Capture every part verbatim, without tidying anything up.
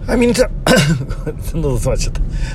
はい、皆さん喉詰まっちゃった。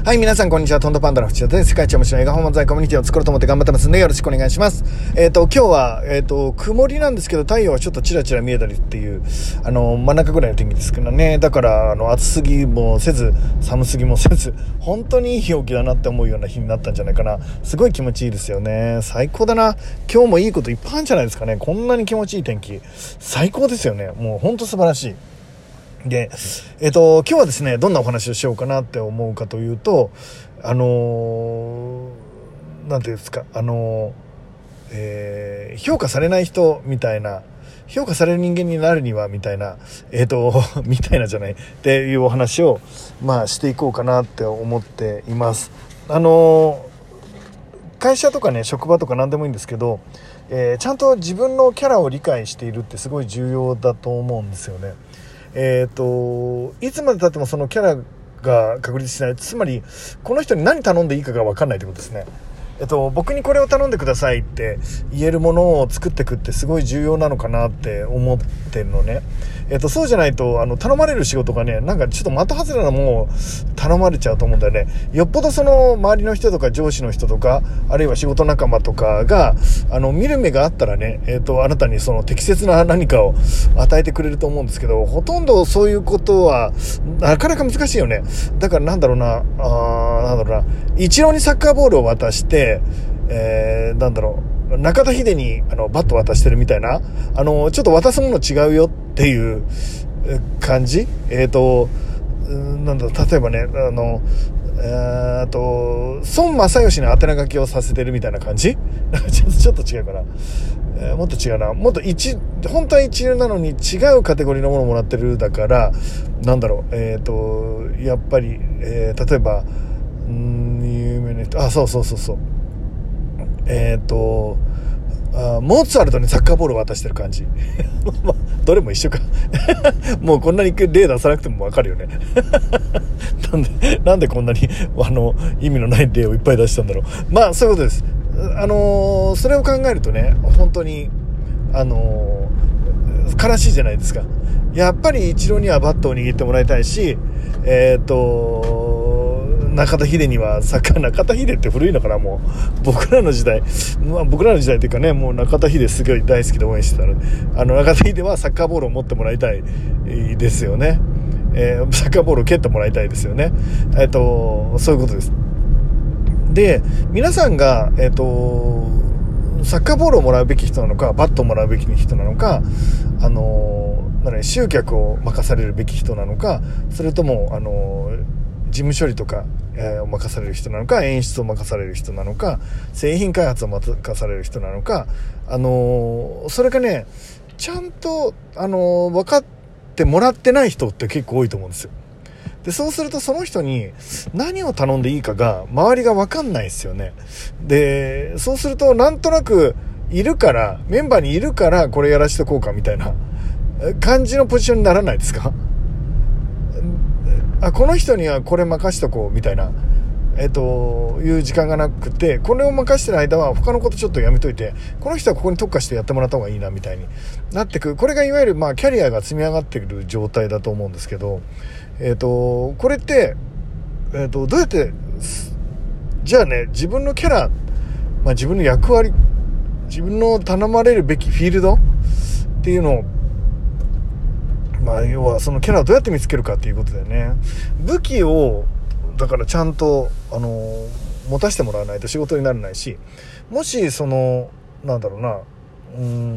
はい、皆さんこんにちは。トントパンダのふちおとで世界一面白い映画本漫才コミュニティを作ろうと思って頑張ってますのでよろしくお願いします。えっ、ー、と今日はえっ、ー、と曇りなんですけど太陽はちょっとチラチラ見えたりっていうあの真ん中ぐらいの天気ですけどね。だからあの暑すぎもせず寒すぎもせず本当にいい陽気だなって思うような日になったんじゃないかな。すごい気持ちいいですよね。最高だな。今日もいいこといっぱいあるんじゃないですかね。こんなに気持ちいい天気最高ですよね。もう本当素晴らしい。で、えっと、今日はですね、どんなお話をしようかなって思うかというと、あのー、なんていうんですか、あのー、えー、評価されない人みたいな、評価される人間になるにはみたいな、えっと、みたいなじゃないっていうお話を、まあ、していこうかなって思っています。あのー、会社とかね、職場とか何でもいいんですけど、えー、ちゃんと自分のキャラを理解しているってすごい重要だと思うんですよね。えーと、いつまで経ってもそのキャラが確立しない。つまりこの人に何頼んでいいかが分かんないということですね。えっと、僕にこれを頼んでくださいって言えるものを作っていくってすごい重要なのかなって思ってるのね。えっと、そうじゃないとあの頼まれる仕事がね、なんかちょっと的外れなものを頼まれちゃうと思うんだよね。よっぽどその周りの人とか上司の人とかあるいは仕事仲間とかがあの見る目があったらね、えっと、あなたにその適切な何かを与えてくれると思うんですけど、ほとんどそういうことはなかなか難しいよね。だからなんだろうな、あーなんだろうな、イチローにサッカーボールを渡してえー、なんだろう中田秀にあのバット渡してるみたいな、あのちょっと渡すもの違うよっていう感じ。えっとなんだろう、例えばね、あのえー、と孫正義の宛名書きをさせてるみたいな感じちょっとちょっと違うかな、えー、もっと違うな、もっと一本当は一流なのに違うカテゴリーのものをもらってる。だからなんだろう、えっとやっぱり、えー、例えばん有名な人、あ、そうそうそうそう、えっとあモーツァルトにサッカーボールを渡してる感じどれも一緒かもうこんなに例出さなくても分かるよねなんでなんでこんなにあの意味のない例をいっぱい出したんだろう。まあそういうことです。あのー、それを考えるとね、本当にあのー、悲しいじゃないですか。やっぱりイチローにはバットを握ってもらいたいし、えっと中田秀にはサッカー、中田秀って古いのかな、もう僕らの時代、まあ、僕らの時代というかね、もう中田秀すごい大好きで応援してたので、あの中田秀はサッカーボールを持ってもらいたいですよね。えー、サッカーボールを蹴ってもらいたいですよね。えっとそういうことです。で、皆さんがえっとサッカーボールをもらうべき人なのか、バットをもらうべき人なのか、あの何集客を任されるべき人なのか、それともあの事務処理とか、えー、を任される人なのか、演出を任される人なのか、製品開発を任される人なのか、あのー、それがねちゃんと、あのー、分かってもらってない人って結構多いと思うんですよ。でそうするとその人に何を頼んでいいかが周りが分かんないですよね。でそうするとなんとなくいるからメンバーにいるからこれやらしとこうかみたいな感じのポジションにならないですか。あ、この人にはこれ任しとこうみたいな、えっという時間がなくて、これを任してる間は他のことちょっとやめといて、この人はここに特化してやってもらった方がいいなみたいになってく。これがいわゆるまあキャリアが積み上がってくる状態だと思うんですけど、えっとこれって、えっとどうやってじゃあね、自分のキャラ、まあ、自分の役割、自分の頼まれるべきフィールドっていうのを、まあ、要はそのキャラをどうやって見つけるかっていうことだよね。武器をだからちゃんとあの持たせてもらわないと仕事にならないし、もしそのなんだろうな、うん、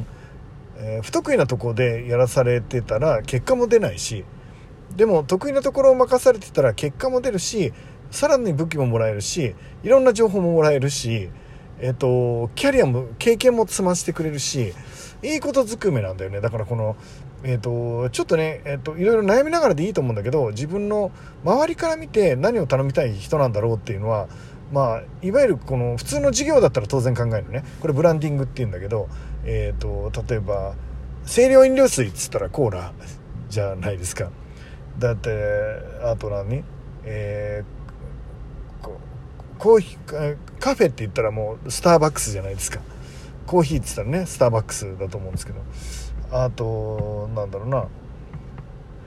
えー、不得意なところでやらされてたら結果も出ないし、でも得意なところを任されてたら結果も出るし、さらに武器ももらえるし、いろんな情報ももらえるし、えっとキャリアも経験も積ませてくれるし、いいことずくめなんだよね。だからこのえっとちょっとね、えっといろいろ悩みながらでいいと思うんだけど、自分の周りから見て何を頼みたい人なんだろうっていうのは、まあいわゆるこの普通の事業だったら当然考えるのね。これブランディングっていうんだけど、えっと例えば清涼飲料水っつったらコーラじゃないですか。だってあと何、えー、コーヒーカフェって言ったらもうスターバックスじゃないですか。コーヒーって言ったらねスターバックスだと思うんですけど、あとなんだろうな、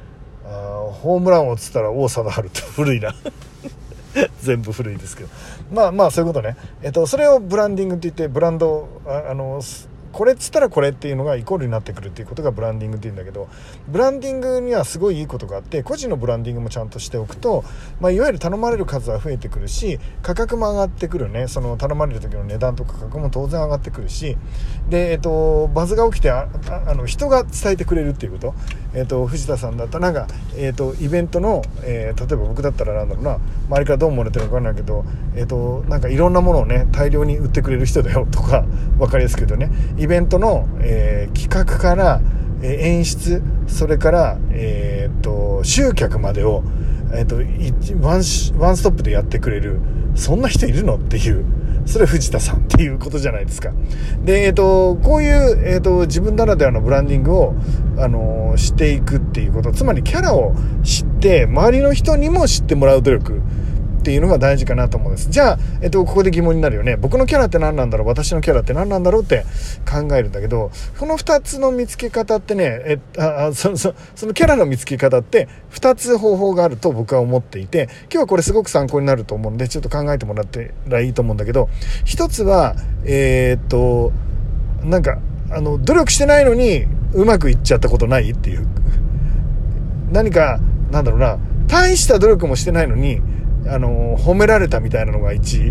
あホームランを打つったら王貞治って古いな全部古いですけど、まあまあそういうことね。えっとそれをブランディングって言って、ブランドああのこれっつったらこれっていうのがイコールになってくるっていうことがブランディングっていうんだけど、ブランディングにはすごいいいことがあって、個人のブランディングもちゃんとしておくと、まあ、いわゆる頼まれる数は増えてくるし、価格も上がってくるね。その頼まれる時の値段と価格も当然上がってくるし、で、えっと、バズが起きて あ, あの人が伝えてくれるっていうこと、えっと、藤田さんだったらなんか、えっと、イベントの、えー、例えば僕だったらなんだろうな、周りからどう思われてるのか分からないけど、えっと、なんかいろんなものをね大量に売ってくれる人だよとか分かりやすく言うとね、イベントのえー、企画から、えー、演出、それから、えー、と集客までを、えー、とワン、ワンストップでやってくれる、そんな人いるのっていう、それ藤田さんっていうことじゃないですか。で、えー、とこういう、えー、と自分ならではのブランディングを、あのー、していくっていうこと、つまりキャラを知って周りの人にも知ってもらう努力っていうのが大事かなと思うんです。じゃあ、えっと、ここで疑問になるよね。僕のキャラって何なんだろう、私のキャラって何なんだろうって考えるんだけど、このふたつの見つけ方ってね、えあそそそのキャラの見つけ方ってふたつ方法があると僕は思っていて、今日はこれすごく参考になると思うんで、ちょっと考えてもらったらいいと思うんだけど、ひとつはえー、っとなんかあの努力してないのにうまくいっちゃったことないっていう、何かなんだろうな、大した努力もしてないのにあの褒められたみたいなのがいち、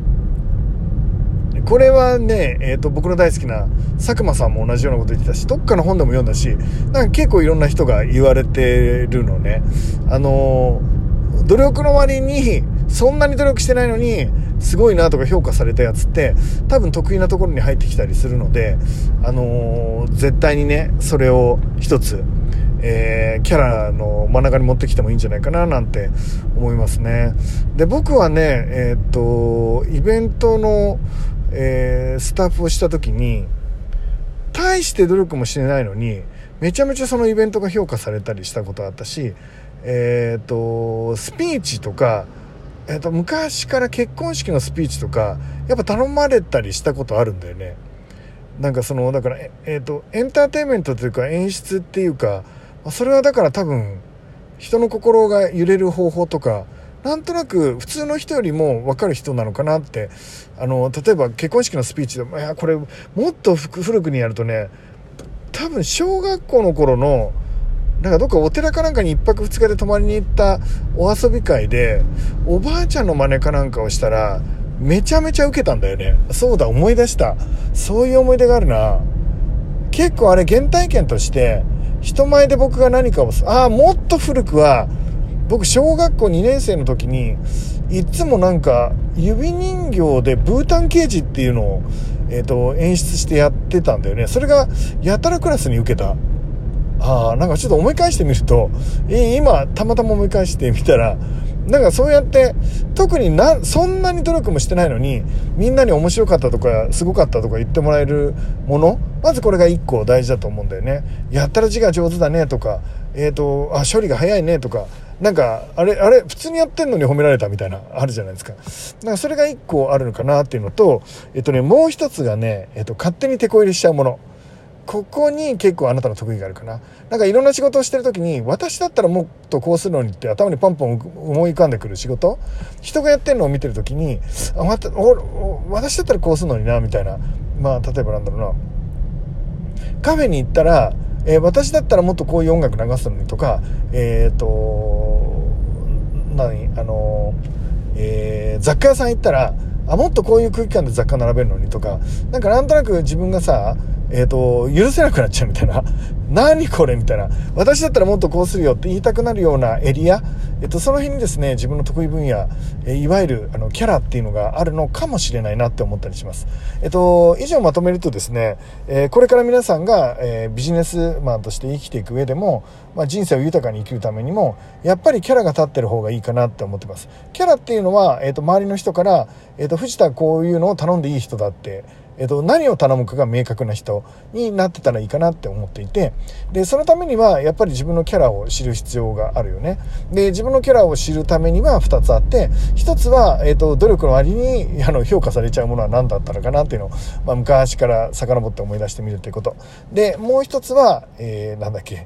これはね、えー、と僕の大好きな佐久間さんも同じようなこと言ってたし、どっかの本でも読んだし、なんか結構いろんな人が言われてるのね。あの努力の割にそんなに努力してないのにすごいなとか評価されたやつって多分得意なところに入ってきたりするので、あのー、絶対にねそれを一つえー、キャラの真ん中に持ってきてもいいんじゃないかななんて思いますね。で、僕はね、えー、っとイベントの、えー、スタッフをした時に大して努力もしてないのにめちゃめちゃそのイベントが評価されたりしたことがあったし、えー、っとスピーチとか、えー、っと昔から結婚式のスピーチとかやっぱ頼まれたりしたことあるんだよね。なんかそのだから、えー、っとエンターテインメントというか演出っていうか、それはだから多分人の心が揺れる方法とかなんとなく普通の人よりも分かる人なのかなって。あの例えば結婚式のスピーチで、いやこれもっと古くにやるとね、多分小学校の頃のなんかどっかお寺かなんかにいっぱくふつかで泊まりに行ったお遊び会でおばあちゃんの真似かなんかをしたらめちゃめちゃウケたんだよね。そうだ、思い出した。そういう思い出があるな。結構あれ原体験として人前で僕が何かを、ああもっと古くは僕小学校にねん生の時にいつもなんか指人形でブータンケージっていうのを、えーと、演出してやってたんだよね。それがやたらクラスに受けた。ああなんかちょっと思い返してみると、今たまたま思い返してみたら、なんかそうやって特になそんなに努力もしてないのにみんなに面白かったとかすごかったとか言ってもらえるもの、まずこれが一個大事だと思うんだよね。やったら字が上手だねとか、えーと、あ処理が早いねとか、なんかあれあれ普通にやってんのに褒められたみたいなあるじゃないですか。なんかそれが一個あるのかなっていうのと、えっとねもう一つがね、えっと勝手に手こ入れしちゃうもの。ここに結構あなたの得意があるかな。なんかいろんな仕事をしてる時に私だったらもっとこうするのにって頭にパンパン思い浮かんでくる仕事、人がやってるのを見てる時にあまたお私だったらこうするのになみたいな、まあ例えばなんだろうな、カフェに行ったら、えー、私だったらもっとこういう音楽流すのにとか、えっと何あの、えー、雑貨屋さん行ったらあもっとこういう空気感で雑貨並べるのにとか、なんかなんとなく自分がさえーと、許せなくなっちゃうみたいな何これみたいな、私だったらもっとこうするよって言いたくなるようなエリア、えっと、その辺にですね自分の得意分野、えー、いわゆるあのキャラっていうのがあるのかもしれないなって思ったりします。えっと、以上まとめるとですね、えー、これから皆さんが、えー、ビジネスマンとして生きていく上でも、まあ、人生を豊かに生きるためにもやっぱりキャラが立ってる方がいいかなって思ってます。キャラっていうのは、えーと、周りの人から、えーと、藤田はこういうのを頼んでいい人だってえっと、何を頼むかが明確な人になってたらいいかなって思っていて、でそのためにはやっぱり自分のキャラを知る必要があるよね。で自分のキャラを知るためにはふたつあって、ひとつは、えっと、努力の割にあの評価されちゃうものは何だったのかなっていうのを、まあ、昔から遡って思い出してみるということで、もうひとつは、えー、なんだっけ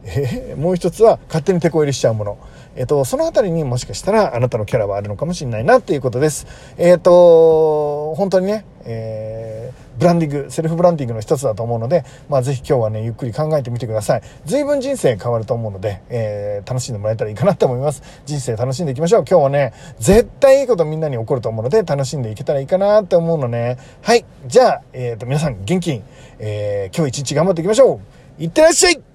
えー、もう一つは勝手に手こ入れしちゃうもの。えっと、そのあたりにもしかしたらあなたのキャラはあるのかもしれないなっていうことです。えっと、本当にね、えー、ブランディング、セルフブランディングの一つだと思うので、まあぜひ今日はね、ゆっくり考えてみてください。随分人生変わると思うので、えー、楽しんでもらえたらいいかなと思います。人生楽しんでいきましょう。今日はね、絶対いいことみんなに起こると思うので、楽しんでいけたらいいかなって思うのね。はい。じゃあ、えっと、皆さん元気に、えー、今日一日頑張っていきましょう。いってらっしゃい。